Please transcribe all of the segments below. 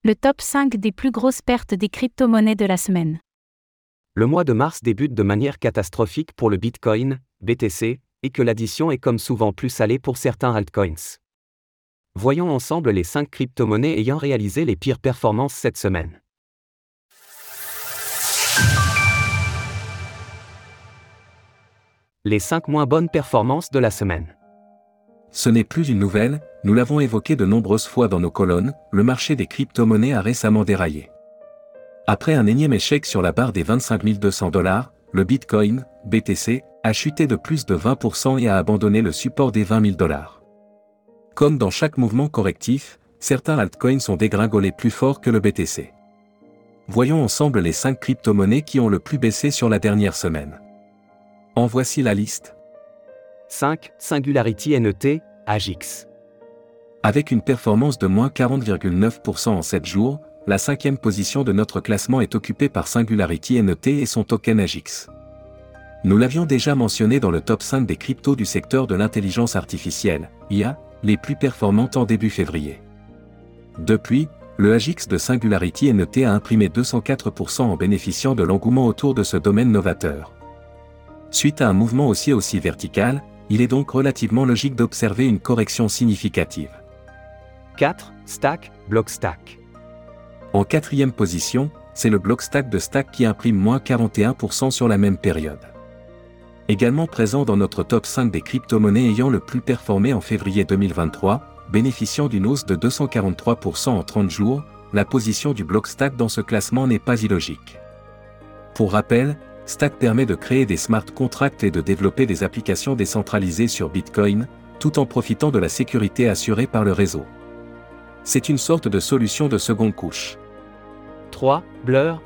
Le top 5 des plus grosses pertes des crypto-monnaies de la semaine. Le mois de mars débute de manière catastrophique pour le Bitcoin, BTC, et que l'addition est comme souvent plus salée pour certains altcoins. Voyons ensemble les 5 crypto-monnaies ayant réalisé les pires performances cette semaine. Les 5 moins bonnes performances de la semaine. Ce n'est plus une nouvelle, nous l'avons évoqué de nombreuses fois dans nos colonnes, le marché des crypto-monnaies a récemment déraillé. Après un énième échec sur la barre des 25 200 $, le Bitcoin, BTC, a chuté de plus de 20% et a abandonné le support des 20 000 $. Comme dans chaque mouvement correctif, certains altcoins sont dégringolés plus fort que le BTC. Voyons ensemble les 5 crypto-monnaies qui ont le plus baissé sur la dernière semaine. En voici la liste. 5. Singularity NET, AGIX. Avec une performance de moins 40,9% en 7 jours, la 5e position de notre classement est occupée par Singularity NET et son token AGIX. Nous l'avions déjà mentionné dans le top 5 des cryptos du secteur de l'intelligence artificielle, IA, les plus performantes en début février. Depuis, le AGIX de Singularity NET a imprimé 204% en bénéficiant de l'engouement autour de ce domaine novateur. Suite à un mouvement aussi vertical, il est donc relativement logique d'observer une correction significative. 4. Stack, Blockstack. En 4e position, c'est le Blockstack de Stack qui imprime moins 41% sur la même période. Également présent dans notre top 5 des crypto-monnaies ayant le plus performé en février 2023, bénéficiant d'une hausse de 243% en 30 jours, la position du Blockstack dans ce classement n'est pas illogique. Pour rappel, Stack permet de créer des smart contracts et de développer des applications décentralisées sur Bitcoin, tout en profitant de la sécurité assurée par le réseau. C'est une sorte de solution de seconde couche. 3. Blur.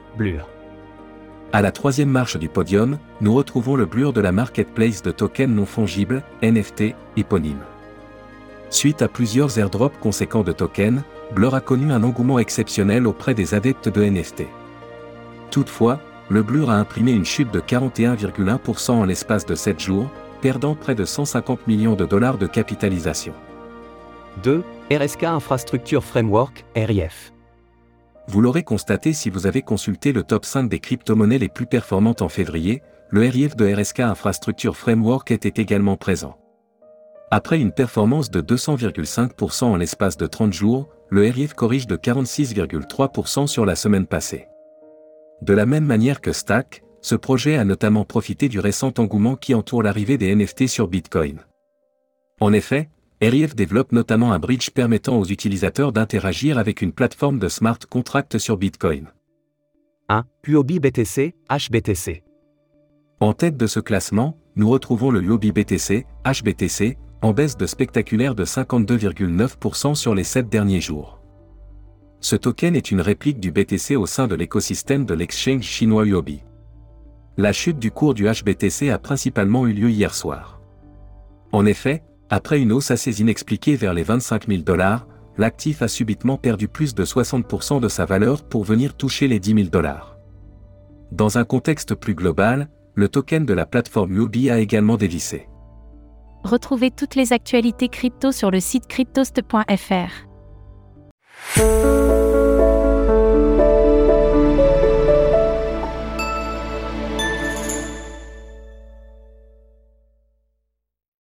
À la 3e marche du podium, nous retrouvons le Blur de la marketplace de tokens non fongibles, NFT, éponyme. Suite à plusieurs airdrops conséquents de tokens, Blur a connu un engouement exceptionnel auprès des adeptes de NFT. Toutefois, le Blur a imprimé une chute de 41,1% en l'espace de 7 jours, perdant près de 150 millions de dollars de capitalisation. 2. RSK Infrastructure Framework, RIF. Vous l'aurez constaté si vous avez consulté le top 5 des crypto-monnaies les plus performantes en février, le RIF de RSK Infrastructure Framework était également présent. Après une performance de 200,5% en l'espace de 30 jours, le RIF corrige de 46,3% sur la semaine passée. De la même manière que Stack, ce projet a notamment profité du récent engouement qui entoure l'arrivée des NFT sur Bitcoin. En effet, RIF développe notamment un bridge permettant aux utilisateurs d'interagir avec une plateforme de smart contract sur Bitcoin. 1. Huobi BTC, HBTC. En tête de ce classement, nous retrouvons le Huobi BTC, HBTC, en baisse de spectaculaire de 52,9% sur les 7 derniers jours. Ce token est une réplique du BTC au sein de l'écosystème de l'exchange chinois Huobi. La chute du cours du HBTC a principalement eu lieu hier soir. En effet, après une hausse assez inexpliquée vers les 25 000 $, l'actif a subitement perdu plus de 60% de sa valeur pour venir toucher les 10 000 $. Dans un contexte plus global, le token de la plateforme Huobi a également dévissé. Retrouvez toutes les actualités crypto sur le site cryptost.fr.